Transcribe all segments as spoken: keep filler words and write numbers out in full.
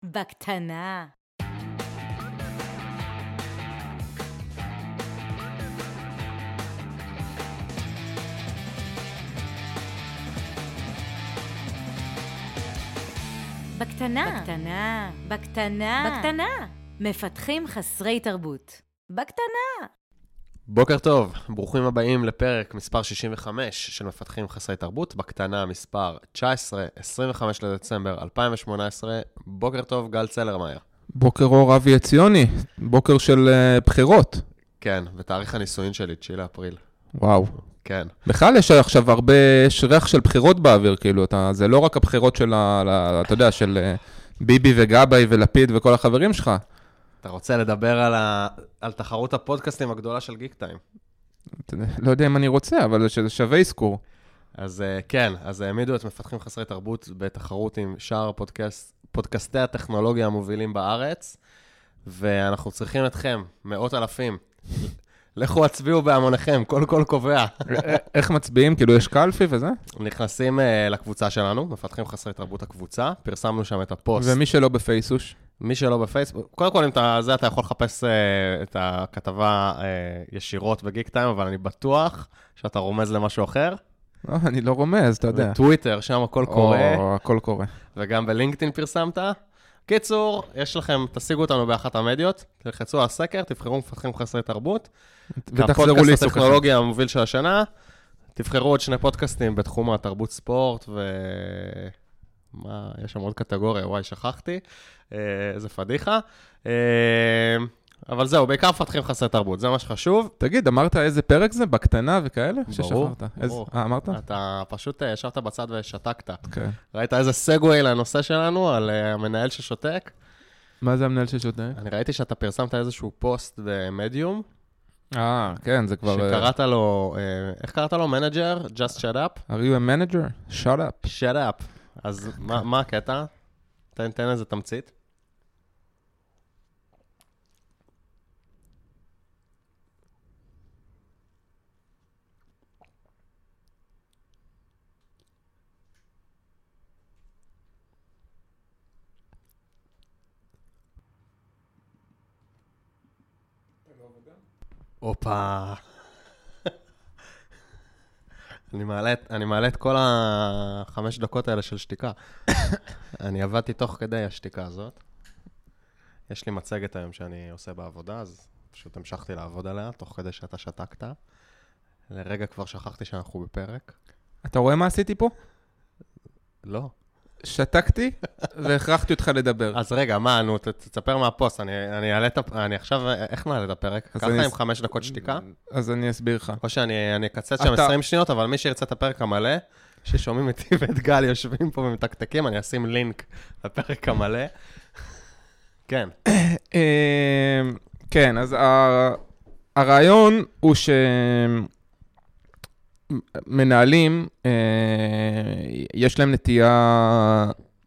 בקטנה. בקטנה, בקטנה, בקטנה, בקטנה. מפתחים חסרי תרבות. בקטנה. בוקר טוב, ברוכים הבאים לפרק מספר שישים וחמש של מפתחים חסרי תרבות, בקטנה מספר תשע עשרה, עשרים וחמישה לדצמבר אלפיים ושמונה עשרה. בוקר טוב, גל צלרמייר. בוקר אור אבי עציוני, בוקר של uh, בחירות. כן, ותאריך הנישואין שלי, תשיעי לאפריל. וואו. כן. בכלל יש עכשיו הרבה, יש ריח של בחירות באוויר, כאילו, אתה, זה לא רק הבחירות של, ה, ה, אתה יודע, של uh, ביבי וגבי ולפיד וכל החברים שלך. אתה רוצה לדבר על, ה... על תחרות הפודקאסטים הגדולה של גיק טיים? לא יודע אם אני רוצה, אבל זה שווה אזכור. אז כן, אז העמידו את מפתחים חסרי תרבות בתחרות עם שאר הפודקאסט, פודקאסטי הטכנולוגיה המובילים בארץ, ואנחנו צריכים אתכם, מאות אלפים. לכו הצביעו בהמוניכם, כל כל קובע. איך מצביעים? כאילו יש קלפי וזה? נכנסים לקבוצה שלנו, מפתחים חסרי תרבות הקבוצה, פרסמנו שם את הפוסט. ומי שלא בפייסוש? מי שלא בפייסבוק, קודם כל, אם אתה, זה, אתה יכול לחפש uh, את הכתבה uh, ישירות בגיק טיים, אבל אני בטוח שאתה רומז למשהו אחר. לא, אני לא רומז, אתה יודע. בטוויטר, שם הכל קורה. או, הכל קורה. וגם בלינקדאין פרסמת. קיצור, יש לכם, תשיגו אותנו באחת המדיות, תלחצו על הסקר, תבחרו מפתחים חסרי תרבות. ותחזרו לי הפודקאסט הטכנולוגיה המוביל של השנה. תבחרו עוד שני פודקאסטים בתחום התרבות ספורט ו... מה, יש שם עוד קטגוריה, וואי, שכחתי, איזה פדיחה. אבל זהו, בעיקר מפתחים חסרי תרבות, זה מה שחשוב. תגיד, אמרת איזה פרק זה? בקטנה וכאלה? ברור, ברור. אה, אמרת? אתה פשוט ישבת בצד ושתקת. אוקיי. ראית איזה סגווי לנושא שלנו, על המנהל ששותק? מה זה המנהל ששותק? אני ראיתי שאתה פרסמת איזשהו פוסט במדיום. אה, כן, זה כבר... שקראת לו, איך קראת לו? מנג'ר? Just shut up? Are you a manager? Shut up. Shut up. אז מה, מה הקטע? תן, תן איזה תמצית. אופה. אני מעלה, אני מעלה את כל החמש דקות האלה של שתיקה. אני עבדתי תוך כדי השתיקה הזאת. יש לי מצגת היום שאני עושה בעבודה, אז פשוט המשכתי לעבוד עליה, תוך כדי שאתה שתקת. לרגע כבר שכחתי שאנחנו בפרק. אתה רואה מה עשיתי פה? לא. שתקתי והכרחתי אותך לדבר. אז רגע, מה, נו, תספר מהפוסט, אני, אני, אעלה, אני עכשיו, איך נעלה את הפרק? ככה עם חמש דקות שתיקה? אז אני אסביר לך. או שאני אני אקצץ שם עשרים שניות, אבל מי שירצה את הפרק המלא, ששומעים איתי ואת גל יושבים פה ומתקתקים, אני אשים לינק לפרק המלא. כן. כן, אז הרעיון הוא שמנהלים, יש להם נטייה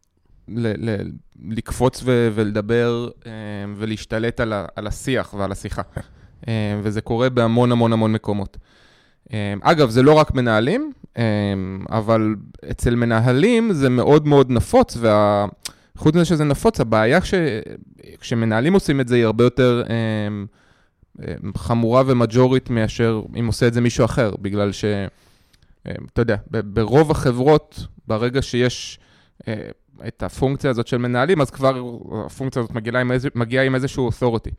לקפוץ ולדבר ולהשתלט על השיח ועל השיחה. וזה קורה בהמון המון המון מקומות. אגב, זה לא רק מנהלים, אבל אצל מנהלים זה מאוד מאוד נפוץ, וחוץ מזה שזה נפוץ, הבעיה כשמנהלים עושים את זה היא הרבה יותר חמורה ומג'ורית מאשר אם עושה את זה מישהו אחר, בגלל ש, אתה יודע, ברוב החברות, ברגע שיש את הפונקציה הזאת של מנהלים, אז כבר הפונקציה הזאת מגיעה עם, איזה, מגיעה עם איזשהו authority.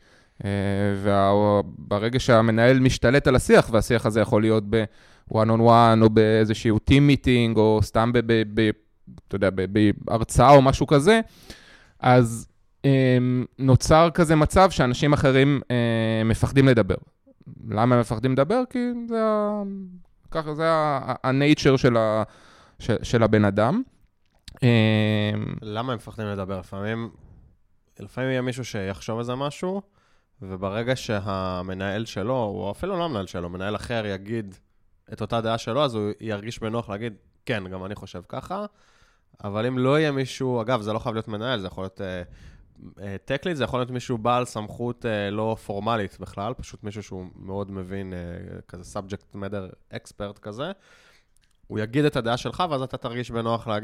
וברגע שהמנהל משתלט על השיח, והשיח הזה יכול להיות ב-one on one, או באיזשהו team meeting, או סתם ב- ב- ב- אתה יודע, בהרצאה או משהו כזה, אז נוצר כזה מצב שאנשים אחרים מפחדים לדבר. למה הם מפחדים לדבר? כי זה, ככה, זה ה-nature של, ה- של הבן אדם. למה הם מפחדים לדבר? לפעמים, לפעמים יהיה מישהו שיחשוב איזה משהו, וברגע שהמנהל שלו, או אפילו לא המנהל שלו, מנהל אחר יגיד את אותה דעה שלו, אז הוא ירגיש בנוח להגיד, כן, גם אני חושב ככה, אבל אם לא יהיה מישהו, אגב, זה לא חייב להיות מנהל, זה יכול להיות טקליט, זה יכול להיות מישהו בעל סמכות לא פורמלית בכלל, פשוט מישהו שהוא מאוד מבין, כזה subject matter expert כזה, הוא יגיד את הדעה שלך, ואז אתה תרגיש בנוח להגיד,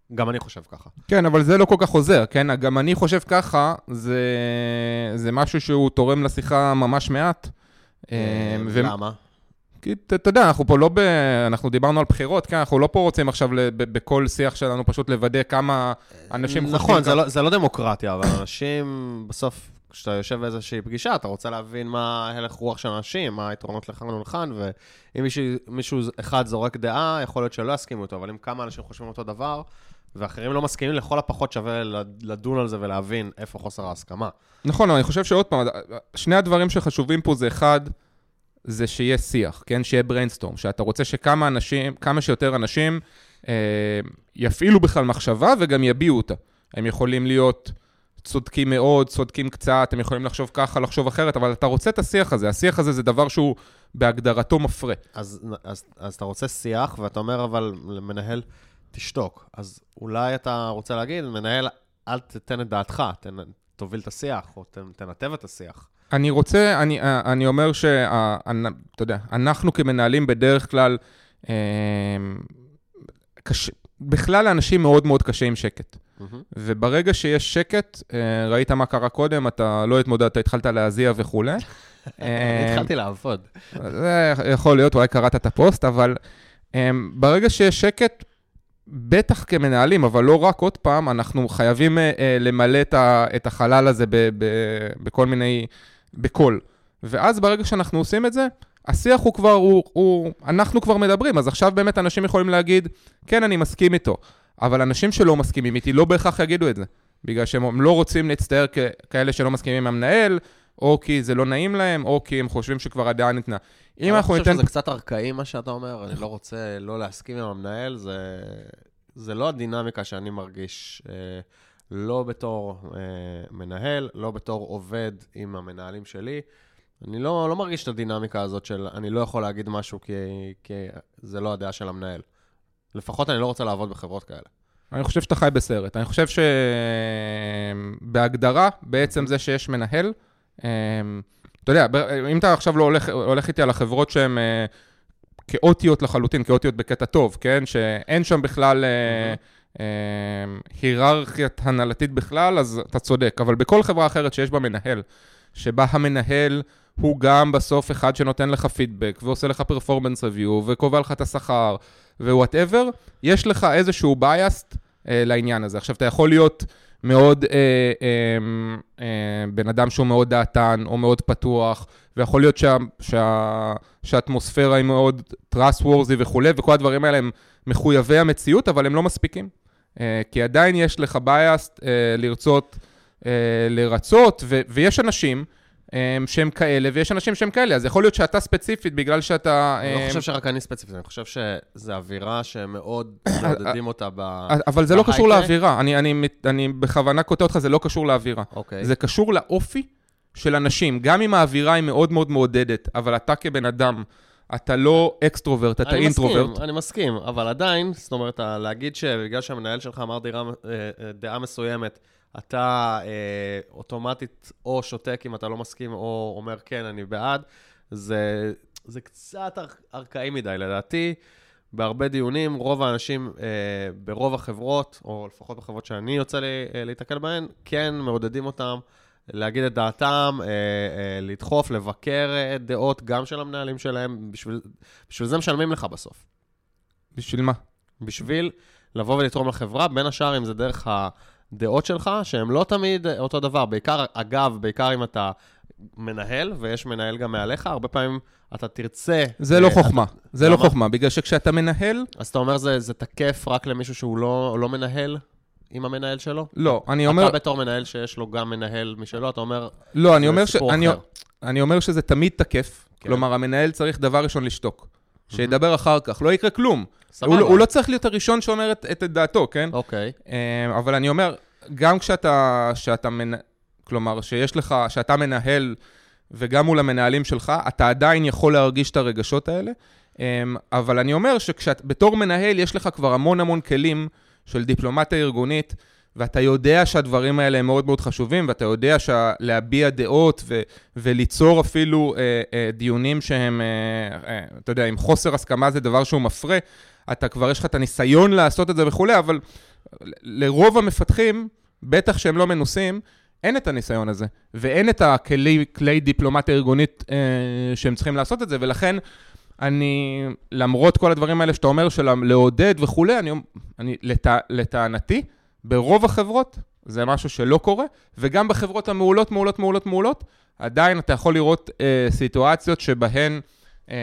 גם אני חושב ככה. כן, אבל זה לא כל כך עוזר, כן? גם אני חושב ככה, זה, זה משהו שהוא תורם לשיחה ממש מעט. ו... למה? כי אתה יודע, אנחנו פה לא ב... אנחנו דיברנו על בחירות, כן? אנחנו לא פה רוצים עכשיו בכל שיח שלנו פשוט לוודא כמה אנשים חושבים... נכון, זה לא, זה לא דמוקרטיה, אבל אנשים בסוף, כשאתה יושב באיזושהי פגישה, אתה רוצה להבין מה הלך רוח של אנשים, מה היתרונות לכאן ולכאן, ואם מישהו, מישהו אחד זורק דעה, יכול להיות שלא יסכימו אותו, אבל אם כמה אנשים חושבים אותו דבר, ואחרים לא מסכימים, לכל הפחות שווה לדון על זה ולהבין איפה חוסר ההסכמה. נכון, אני חושב שעוד פעם, שני הדברים שחשובים פה זה אחד, זה שיהיה שיח, כן? שיהיה בריינסטורם, שאתה רוצה שכמה אנשים, כמה שיותר אנשים אה, יפעילו בכלל מחשבה וגם יביעו אותה. הם יכולים להיות צודקים מאוד, צודקים קצת, הם יכולים לחשוב ככה, לחשוב אחרת, אבל אתה רוצה את השיח הזה. השיח הזה זה דבר שהוא בהגדרתו מפרה. אז, אז, אז אתה רוצה שיח, ואתה אומר, אבל למנהל תשתוק. אז אולי אתה רוצה להגיד, מנהל, אל תתן את דעתך, תן, תוביל את השיח, או תנתב את השיח. אני רוצה, אני, אני אומר שאתה יודע, אנחנו כמנהלים בדרך כלל, קשה, בכלל האנשים מאוד מאוד קשה עם שקט. Mm-hmm. וברגע שיש שקט, ראית מה קרה קודם, אתה לא התמודדת, התחלת להזיע וכו'. אני התחלתי לעבוד. זה יכול להיות, אולי קראת את הפוסט, אבל ברגע שיש שקט, בטח כמנהלים, אבל לא רק עוד פעם, אנחנו חייבים למלא את החלל הזה בכל מיני... בכל. ואז ברגע שאנחנו עושים את זה, השיח הוא כבר, הוא, הוא, אנחנו כבר מדברים, אז עכשיו באמת אנשים יכולים להגיד, כן, אני מסכים איתו, אבל אנשים שלא מסכימים איתי לא בהכרח יגידו את זה, בגלל שהם לא רוצים להצטער כ- כאלה שלא מסכימים עם המנהל, או כי זה לא נעים להם, או כי הם חושבים שכבר הדעה ניתנה. אני חושב ניתן... שזה קצת ארכאי מה שאתה אומר, אני לא רוצה לא להסכים עם המנהל, זה, זה לא הדינמיקה שאני מרגיש... לא בתור אה, מנהל, לא בתור עובד עם המנהלים שלי. אני לא, לא מרגיש את הדינמיקה הזאת של אני לא יכול להגיד משהו כי, כי זה לא הדעה של המנהל. לפחות אני לא רוצה לעבוד בחברות כאלה. אני חושב שאתה חי בסרט. אני חושב שבהגדרה, בעצם זה שיש מנהל, אה, אתה יודע, אם אתה עכשיו לא הולך, הולך איתי על החברות שהן אה, כאוטיות לחלוטין, כאוטיות בקטע טוב, כן? שאין שם בכלל... אה, היררכיית הנהלתית בכלל, אז אתה צודק. אבל בכל חברה אחרת שיש בה מנהל, שבה המנהל הוא גם בסוף אחד שנותן לך פידבק, ועושה לך פרפורמנס ריוויו, וקובע לך את השכר, ו-whatever, יש לך איזשהו biased אה, לעניין הזה. עכשיו, אתה יכול להיות מאוד, אה, אה, אה, בן אדם שהוא מאוד דעתן, או מאוד פתוח, ויכול להיות שה, שה, שהאטמוספירה היא מאוד trustworthy וכו', וכל הדברים האלה הם מחויבי המציאות, אבל הם לא מספיקים. כי עדיין יש לך biased לרצות, לרצות, ויש אנשים שהם כאלה, ויש אנשים שהם כאלה, אז יכול להיות שאתה ספציפית, בגלל שאתה... אני לא חושב שרק אני ספציפית, אני חושב שזה אווירה שמאוד מעודדים אותה בהייטק. אבל זה לא קשור לאווירה, אני בכוונה כותב אותך, זה לא קשור לאווירה. זה קשור לאופי של אנשים, גם אם האווירה היא מאוד מאוד מעודדת, אבל אתה כבן אדם, אתה לא אקסטרוברט, אתה אינטרוברט. אני מסכים, אני מסכים, אבל עדיין, זאת אומרת, להגיד שבגלל שהמנהל שלך אמר דעה מסוימת, אתה אוטומטית או שותק אם אתה לא מסכים, או אומר כן, אני בעד, זה, זה קצת ארכאי מדי. לדעתי, בהרבה דיונים, רוב האנשים ברוב החברות, או לפחות בחברות שאני יוצא להתקל בהן, כן מעודדים אותם, להגיד את דעתם, אה, אה, לדחוף, לבקר אה, דעות גם של המנהלים שלהם, בשביל, בשביל זה משלמים לך בסוף. בשביל מה? בשביל לבוא ולתרום לחברה, בין השאר אם זה דרך הדעות שלך, שהם לא תמיד אותו דבר. בעיקר, אגב, בעיקר אם אתה מנהל, ויש מנהל גם מעליך, הרבה פעמים אתה תרצה... זה לא חוכמה, זה לא חוכמה, בגלל שכשאתה מנהל... אז אתה אומר, זה, זה תקף רק למישהו שהוא לא, לא מנהל? עם המנהל שלו? לא, אני אומר... אתה בתור מנהל שיש לו גם מנהל משלו, אתה אומר... לא, אני אומר, ש... אני... אני אומר שזה תמיד תקף. כן. כלומר, המנהל צריך דבר ראשון לשתוק. שידבר אחר כך, לא יקרה כלום. הוא, הוא לא צריך להיות הראשון שאומר את, את דעתו, כן? אוקיי. אבל אני אומר, גם כשאתה, שאתה מנ... כלומר, שיש לך, שאתה מנהל, וגם מול המנהלים שלך, אתה עדיין יכול להרגיש את הרגשות האלה. אבל אני אומר שכשבתור מנהל יש לך כבר המון המון כלים, של דיפלומטיה ארגונית, ואתה יודע שהדברים האלה הם מאוד מאוד חשובים, ואתה יודע להביע דעות ו- וליצור אפילו אה, אה, דיונים שהם, אה, אה, אתה יודע, עם חוסר הסכמה זה דבר שהוא מפרה, אתה כבר יש לך את הניסיון לעשות את זה וכו', אבל לרוב המפתחים, בטח שהם לא מנוסים, אין את הניסיון הזה, ואין את הכלי, כלי דיפלומטיה ארגונית אה, שהם צריכים לעשות את זה, ולכן אני, למרות כל הדברים האלה שאתה אומר, של לעודד וכולי, אני, אני לטע, לטענתי, ברוב החברות, זה משהו שלא קורה, וגם בחברות המעולות, מעולות, מעולות, מעולות, עדיין אתה יכול לראות אה, סיטואציות שבהן אה,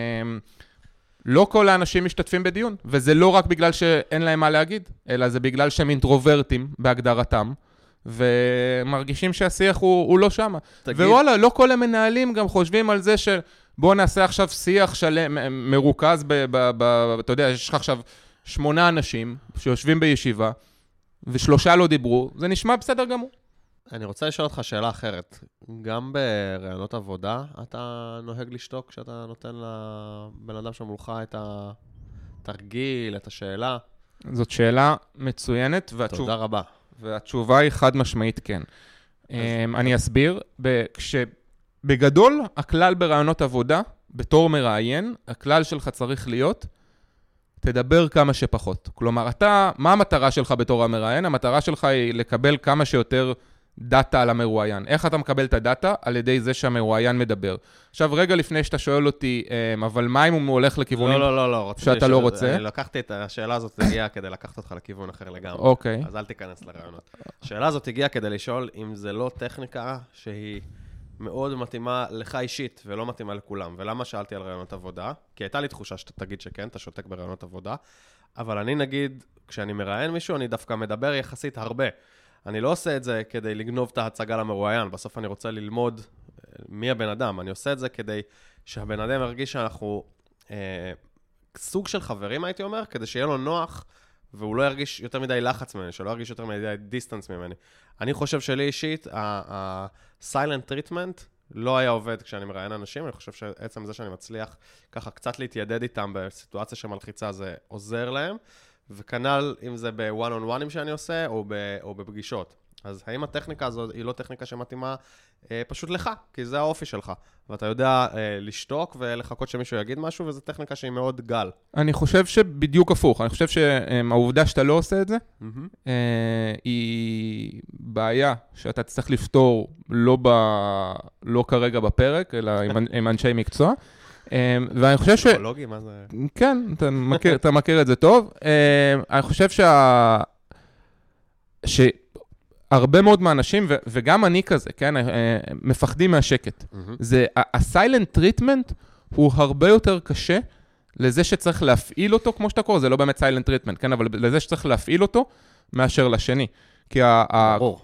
לא כל האנשים משתתפים בדיון, וזה לא רק בגלל שאין להם מה להגיד, אלא זה בגלל שהם אינטרוברטים בהגדרתם, ומרגישים שהשיח הוא, הוא לא שם. תגיד... ווואלה, לא כל המנהלים גם חושבים על זה שבוא נעשה עכשיו שיח שלם, מרוכז, ב, ב, ב, אתה יודע, יש לך עכשיו שמונה אנשים שיושבים בישיבה, ושלושה לא דיברו, זה נשמע בסדר גמור. אני רוצה לשאול אותך שאלה אחרת. גם ברעיונות עבודה, אתה נוהג לשתוק כשאתה נותן לבן אדם שמולך את התרגיל, את השאלה? זאת שאלה מצוינת. והתשוב... תודה רבה. והתשובה היא חד משמעית כן. אז... אני אסביר. בגדול, הכלל ברעיונות עבודה, בתור מראיין, הכלל שלך צריך להיות, תדבר כמה שפחות. כלומר, אתה, מה המטרה שלך בתור המראיין? המטרה שלך היא לקבל כמה שיותר דאטה על המרואיין. איך אתה מקבל את הדאטה? על ידי זה שהמרואיין מדבר. עכשיו, רגע לפני שאתה שואל אותי, אבל מה אם הוא הולך לכיוונים לא, לא, לא, שאתה לא רוצה? אני לקחתי את השאלה הזאת הגיעה כדי לקחת אותך לכיוון אחר לגמרי. אוקיי. אז אל תיכנס לרעיונות. השאלה הזאת הגיעה כדי לשאול אם זה לא טכניקה שהיא מאוד מתאימה לך אישית ולא מתאימה לכולם. ולמה שאלתי על רעיונות עבודה? כי הייתה לי תחושה שאתה תגיד שכן, אתה שותק ברעיונות עבודה. אבל אני נגיד, כשאני מראיין מישהו, אני דווקא מדבר יחסית הרבה. אני לא עושה את זה כדי לגנוב את ההצגה למרואיין, בסוף אני רוצה ללמוד מי הבן אדם, אני עושה את זה כדי שהבן אדם ירגיש שאנחנו אה, סוג של חברים, הייתי אומר, כדי שיהיה לו נוח, והוא לא ירגיש יותר מדי לחץ ממני, שלא ירגיש יותר מדי דיסטנס ממני. אני חושב שלי אישית, ה-silent treatment לא היה עובד כשאני מראיין אנשים, אני חושב שעצם זה שאני מצליח ככה קצת להתיידד איתם בסיטואציה שמלחיצה, זה עוזר להם, וכנ"ל אם זה בוואן און וואנים שאני עושה, או, ב, או בפגישות. אז האם הטכניקה הזו היא לא טכניקה שמתאימה אה, פשוט לך, כי זה האופי שלך, ואתה יודע אה, לשתוק ולחכות שמישהו יגיד משהו, וזו טכניקה שהיא מאוד גל. אני חושב שבדיוק הפוך, אני חושב שהעובדה שאתה לא עושה את זה, mm-hmm. אה, היא בעיה שאתה צריך לפתור לא, ב, לא כרגע בפרק, אלא עם, עם אנשי מקצוע. ואני חושב ש... פסיכולוגי, מה זה? כן, אתה מכיר, אתה מכיר את זה טוב. אני חושב שה... שהרבה מאוד מהאנשים, ו... וגם אני כזה, כן, מפחדים מהשקט. זה, ה-silent treatment הוא הרבה יותר קשה לזה שצריך להפעיל אותו, כמו שאתה קורא, זה לא באמת silent treatment, כן, אבל לזה שצריך להפעיל אותו מאשר לשני. כי ה... ברור.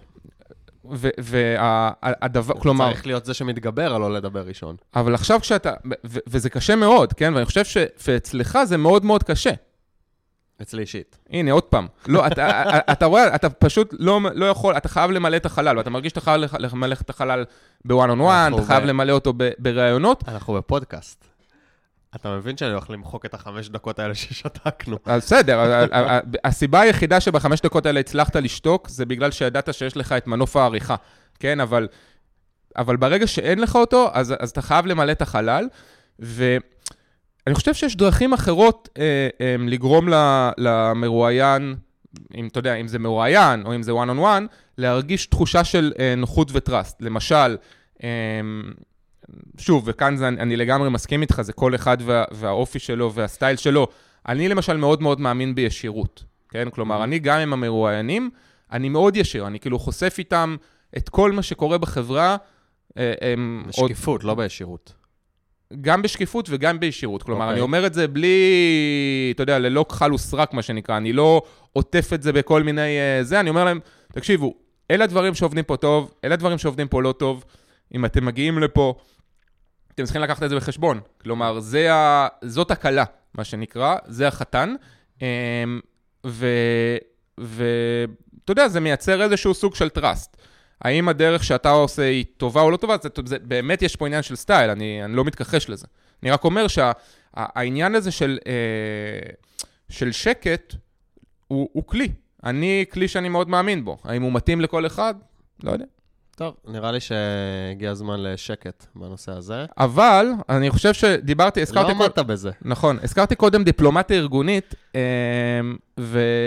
והדבר, כלומר... צריך להיות זה שמתגבר על לא לדבר ראשון. אבל עכשיו כשאתה, וזה קשה מאוד, כן? ואני חושב שאצלך זה מאוד מאוד קשה. אצלי אישית. הנה, עוד פעם. לא, אתה רואה, אתה פשוט לא יכול, אתה חייב למלא את החלל, ואתה מרגיש שאתה חייב למלא את החלל בוואן און וואן, אתה חייב למלא אותו בראיונות. אנחנו בפודקאסט. אתה מבין שאני הולך למחוק את החמש דקות האלה ששתקנו. אז בסדר, הסיבה היחידה שבחמש דקות האלה הצלחת לשתוק, זה בגלל שידעת שיש לך את מנוף העריכה, כן? אבל, אבל ברגע שאין לך אותו, אז, אז אתה חייב למלא את החלל, ואני חושב שיש דרכים אחרות אה, אה, לגרום למרואיין, אם אתה יודע, אם זה מרואיין, או אם זה one on one, להרגיש תחושה של אה, נוחות וטרסט. למשל, אה, שוב, וכאן זה, אני לגמרי מסכים איתך, זה כל אחד וה, והאופי שלו והסטייל שלו. אני למשל מאוד מאוד מאמין בישירות, כן? כלומר, אני גם עם המרואיינים, אני מאוד ישיר, אני כאילו חושף איתם את כל מה שקורה בחברה. בשקיפות, עוד... לא בישירות. גם בשקיפות וגם בישירות. כלומר, okay. אני אומר את זה בלי, אתה יודע, ללא כחל וסרק, מה שנקרא. אני לא עוטף את זה בכל מיני זה. אני אומר להם, תקשיבו, אלה הדברים שעובדים פה טוב, אלה הדברים שעובדים פה לא טוב. אם אתם מגיעים לפה, אתם צריכים לקחת את זה בחשבון. כלומר, זה ה... זאת הקלה, מה שנקרא, זה החתן. ו... ו... אתה יודע, זה מייצר איזשהו סוג של טראסט. האם הדרך שאתה עושה היא טובה או לא טובה? זה, זה, באמת יש פה עניין של סטייל, אני, אני לא מתכחש לזה. אני רק אומר שהעניין הזה של, אה, של שקט הוא, הוא כלי. אני כלי שאני מאוד מאמין בו. האם הוא מתאים לכל אחד? לא יודע. טוב, נראה לי שהגיע הזמן לשקט בנושא הזה. אבל אני חושב שדיברתי, הזכרתי... לא עמדת בזה. נכון, הזכרתי קודם דיפלומטיה ארגונית, ו...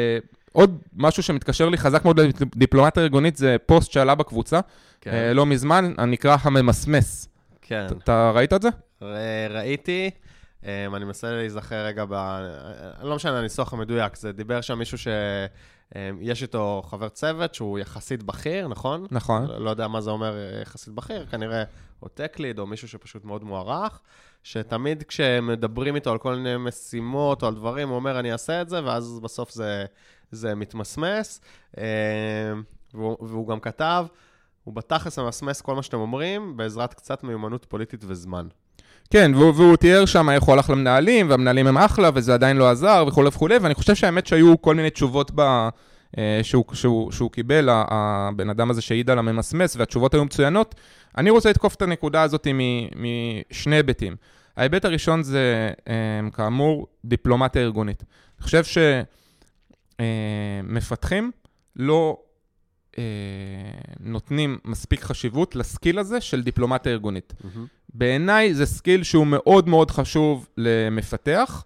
עוד משהו שמתקשר לי חזק מאוד לדיפלומטיה ארגונית, זה פוסט שעלה בקבוצה, כן. אה, לא מזמן, הנקרא הממסמס. כן. אתה ראית את זה? ראיתי, אני מנסה להיזכר רגע, לא משנה, הניסוח המדויק, זה דיבר שם מישהו שיש איתו חבר צוות שהוא יחסית בכיר, נכון? נכון. לא יודע מה זה אומר יחסית בכיר, כנראה או טק-ליד או מישהו שפשוט מאוד מוערך, שתמיד כשמדברים איתו על כל מיני משימות או על דברים, הוא אומר אני אעשה את זה, ואז בסוף זה, זה מתמסמס, והוא, והוא גם כתב, הוא בתכלס ממסמס כל מה שאתם אומרים, בעזרת קצת מיומנות פוליטית וזמן. כן, והוא, והוא תיאר שם איך הוא הלך למנהלים, והמנהלים הם אחלה, וזה עדיין לא עזר, וכו' וכו', ואני חושב שהאמת שהיו כל מיני תשובות ב, שהוא, שהוא, שהוא קיבל, הבן אדם הזה שהעיד על הממסמס, והתשובות היו מצוינות. אני רוצה לתקוף את הנקודה הזאת משני היבטים. ההיבט הראשון זה, כאמור, דיפלומטיה ארגונית. אני חושב שמפתחים לא נותנים מספיק חשיבות לסקיל הזה של דיפלומטיה ארגונית. Mm-hmm. בעיניי זה סקיל שהוא מאוד מאוד חשוב למפתח,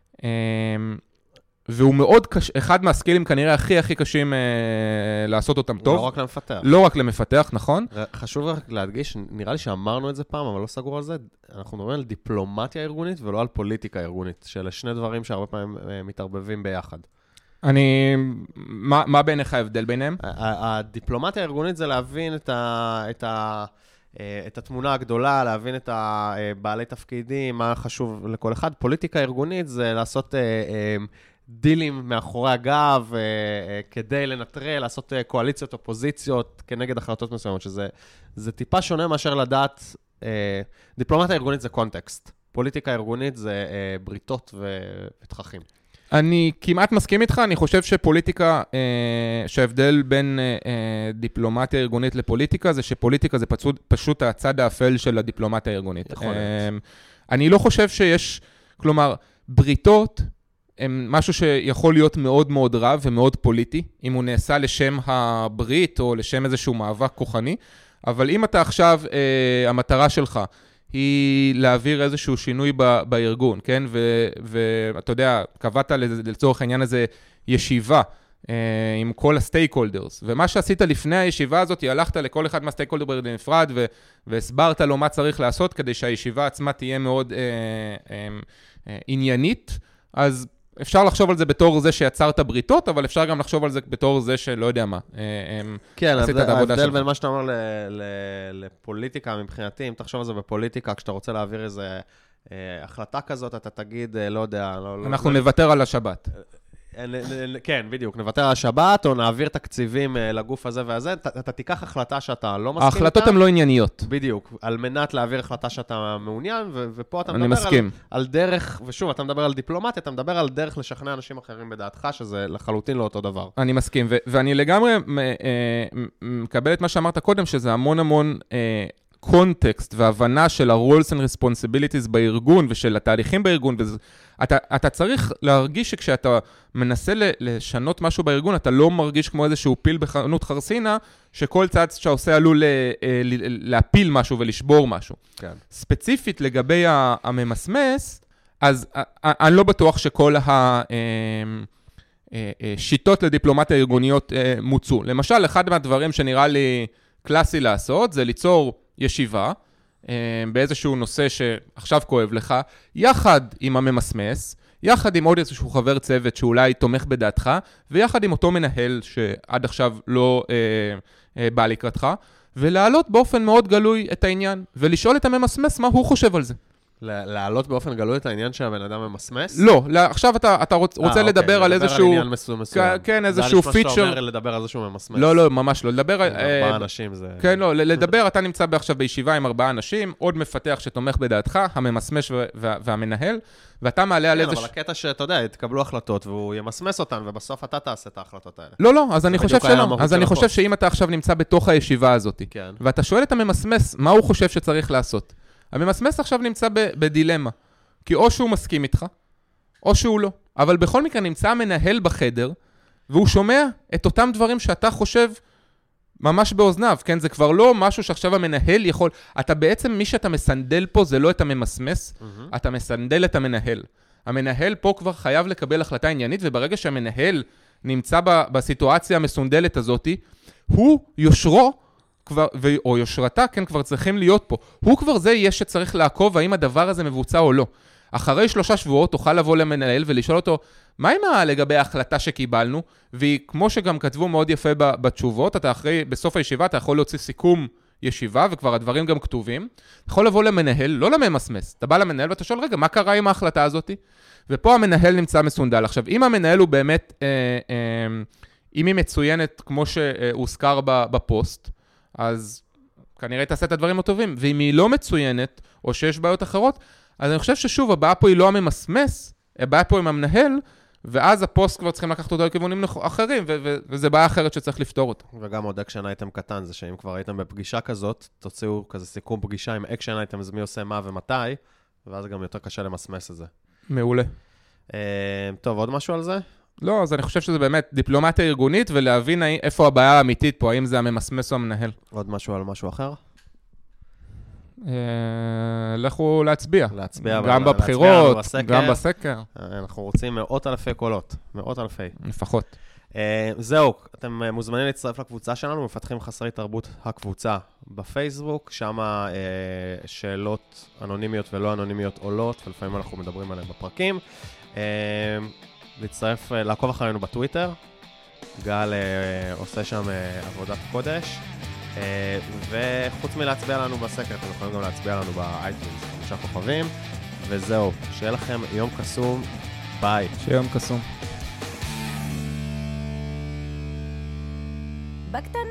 והוא מאוד קש... אחד מהסקילים כנראה הכי הכי קשים לעשות אותם טוב. לא רק למפתח. לא רק למפתח, נכון. חשוב רק להדגיש, נראה לי שאמרנו את זה פעם, אבל לא סגור על זה, אנחנו מדברים על דיפלומטיה ארגונית ולא על פוליטיקה ארגונית, שאלה שני דברים שהרבה פעמים מתערבבים ביחד. אני... מה, מה בעיניך ההבדל ביניהם? הדיפלומטיה הארגונית זה להבין את ה... את ה... את התמונה הגדולה, להבין את הבעלי תפקידים, מה חשוב לכל אחד. פוליטיקה ארגונית זה לעשות דילים מאחורי הגב, כדי לנטרל, לעשות קואליציות, אופוזיציות, כנגד החלטות מסוימות, שזה זה טיפה שונה מאשר לדעת, דיפלומטיה ארגונית זה קונטקסט, פוליטיקה ארגונית זה בריתות ותככים. אני כמעט מסכים איתך, אני חושב שפוליטיקה, אה, שההבדל בין אה, דיפלומטיה ארגונית לפוליטיקה, זה שפוליטיקה זה פשוט, פשוט הצד האפל של הדיפלומטיה הארגונית. יכול להיות. אה, אני לא חושב שיש, כלומר, בריתות הם משהו שיכול להיות מאוד מאוד רב ומאוד פוליטי, אם הוא נעשה לשם הברית או לשם איזשהו מאבק כוחני, אבל אם אתה עכשיו, אה, המטרה שלך, היא להעביר איזשהו שינוי ב- בארגון, כן? ואתה יודע, קבעת לצורך העניין הזה ישיבה אה, עם כל הסטייק הולדרס, ומה שעשית לפני הישיבה הזאת, הלכת לכל אחד מהסטייק הולדרס בנפרד, ו- והסברת לו מה צריך לעשות, כדי שהישיבה עצמה תהיה מאוד אה, אה, אה, עניינית, אז אפשר לחשוב על זה בתור זה שיצרת בריתות, אבל אפשר גם לחשוב על זה בתור זה שלא יודע מה. כן, ההבדל בין מה שאתה אומר לפוליטיקה מבחינתי, אם תחשוב על זה בפוליטיקה, כשאתה רוצה להעביר איזו החלטה כזאת, אתה תגיד, לא יודע... אנחנו נוותר על השבת. כן, בדיוק, נוותר על השבת, או נעביר תקציבים לגוף הזה והזה, אתה תיקח החלטה שאתה לא מסכים איתה. ההחלטות הן לא ענייניות. בדיוק, על מנת להעביר החלטה שאתה מעוניין, ופה אתה מדבר על, על דרך, ושוב, אתה מדבר על דיפלומטיה, אתה מדבר על דרך לשכנע אנשים אחרים בדעתך, שזה לחלוטין לא אותו דבר. אני מסכים, ו- ואני לגמרי מקבל את מה שאמרת קודם, שזה המון המון... קונטקסט והבנה של ה-roles and responsibilities בארגון ושל התהליכים בארגון, ואתה, אתה צריך להרגיש שכשאתה מנסה לשנות משהו בארגון, אתה לא מרגיש כמו איזשהו פיל בחנות חרסינה, שכל צעד שעושה עלול להפיל משהו ולשבור משהו. כן. ספציפית לגבי הממסמס, אז אני לא בטוח שכל השיטות לדיפלומטיה ארגוניות מוצאו. למשל, אחד מהדברים שנראה לי קלאסי לעשות, זה ליצור ישיבה, באיזשהו נושא שעכשיו כואב לך, יחד עם הממסמס, יחד עם עוד איזשהו חבר צוות שאולי תומך בדעתך, ויחד עם אותו מנהל שעד עכשיו לא אה, אה, בא לקראתך, ולהעלות באופן מאוד גלוי את העניין, ולשאול את הממסמס מה הוא חושב על זה. להעלות באופן גלוי את העניין שהבן אדם ממסמס? לא, עכשיו אתה, אתה רוצ, רוצה לדבר על איזשהו... לדבר על עניין מסוים. כן, איזשהו פיצ'ר. זה נשמע שאתה אומר לדבר על איזשהו ממסמס. לא, לא, ממש לא. לדבר... ארבעה אנשים זה... כן, לא, לדבר, אתה נמצא עכשיו בישיבה עם ארבעה אנשים, עוד מפתח שתומך בדעתך, הממסמש והמנהל, ואתה מעלה על איזה... כן, אבל הקטע שאתה יודע, יתקבלו החלטות, והוא ימסמס אותן, ובסוף אתה תעשה את ההחלטות האלה. לא, לא, אז אני חושב שלא. אז אני חושב שאם אתה עכשיו נמצא בתוך הישיבה הזאת, ואתה שואל את הממסמס מה הוא חושב שצריך לעשות. הממסמס עכשיו נמצא בדילמה. כי או שהוא מסכים איתך, או שהוא לא. אבל בכל מקרה נמצא המנהל בחדר, והוא שומע את אותם דברים שאתה חושב ממש באוזניו, כן? זה כבר לא משהו שעכשיו המנהל יכול... אתה בעצם, מי שאתה מסנדל פה זה לא את הממסמס, mm-hmm. אתה מסנדל את המנהל. המנהל פה כבר חייב לקבל החלטה עניינית, וברגע שהמנהל נמצא ב, בסיטואציה המסונדלת הזאת, הוא יושרו, כבר, ו, או יושרתה, כן, כבר צריכים להיות פה. הוא כבר זה יהיה שצריך לעקוב האם הדבר הזה מבוצע או לא. אחרי שלושה שבועות תוכל לבוא למנהל ולשאול אותו, מה עם לגבי ההחלטה שקיבלנו? והיא, כמו שגם כתבו מאוד יפה בתשובות, אתה אחרי, בסוף הישיבה אתה יכול להוציא סיכום ישיבה, וכבר הדברים גם כתובים. אתה יכול לבוא למנהל, לא לממסמס. אתה בא למנהל ואתה שואל, רגע, מה קרה עם ההחלטה הזאת? ופה המנהל נמצא מסונדל. עכשיו, אם המנהל הוא באמת, אה, אה, אם היא מצוינת כמו שהוזכר בפוסט, אז כנראה תעשה את הדברים הטובים. ואם היא לא מצוינת, או שיש בעיות אחרות, אז אני חושב ששוב, הבעיה פה היא לא הממסמס, הבעיה פה עם המנהל, ואז הפוסט כבר צריכים לקחת אותו לכיוונים אחרים, ו- ו- וזה בעיה אחרת שצריך לפתור אותה. וגם עוד אקשן אייטם קטן, זה שאם כבר הייתם בפגישה כזאת, תוציאו כזה סיכום פגישה עם אקשן אייטם, מי עושה מה ומתי, ואז גם יותר קשה למסמס את זה. מעולה. טוב, עוד משהו על זה? לא, אז אני חושב שזה באמת דיפלומטיה ארגונית, ולהבין איפה הבעיה האמיתית פה, האם זה הממסמס או המנהל. עוד משהו על משהו אחר? לכו להצביע. להצביע. גם בבחירות, גם בסקר. אנחנו רוצים מאות אלפי קולות. מאות אלפי. לפחות. זהו, אתם מוזמנים להצטרף לקבוצה שלנו, מפתחים חסרי תרבות הקבוצה בפייסבוק, שם שאלות אנונימיות ולא אנונימיות עולות, ולפעמים אנחנו מדברים עליהן בפרקים. להצטרף, לעקוב אחרינו בטוויטר, גל עושה שם עבודת קודש. וחוץ מלהצביע לנו בסקר, אתם יכולים גם להצביע לנו באייטונס, חמישה כוכבים, וזהו, שיהיה לכם יום קסום, ביי. שיהיה יום קסום. בקטנה.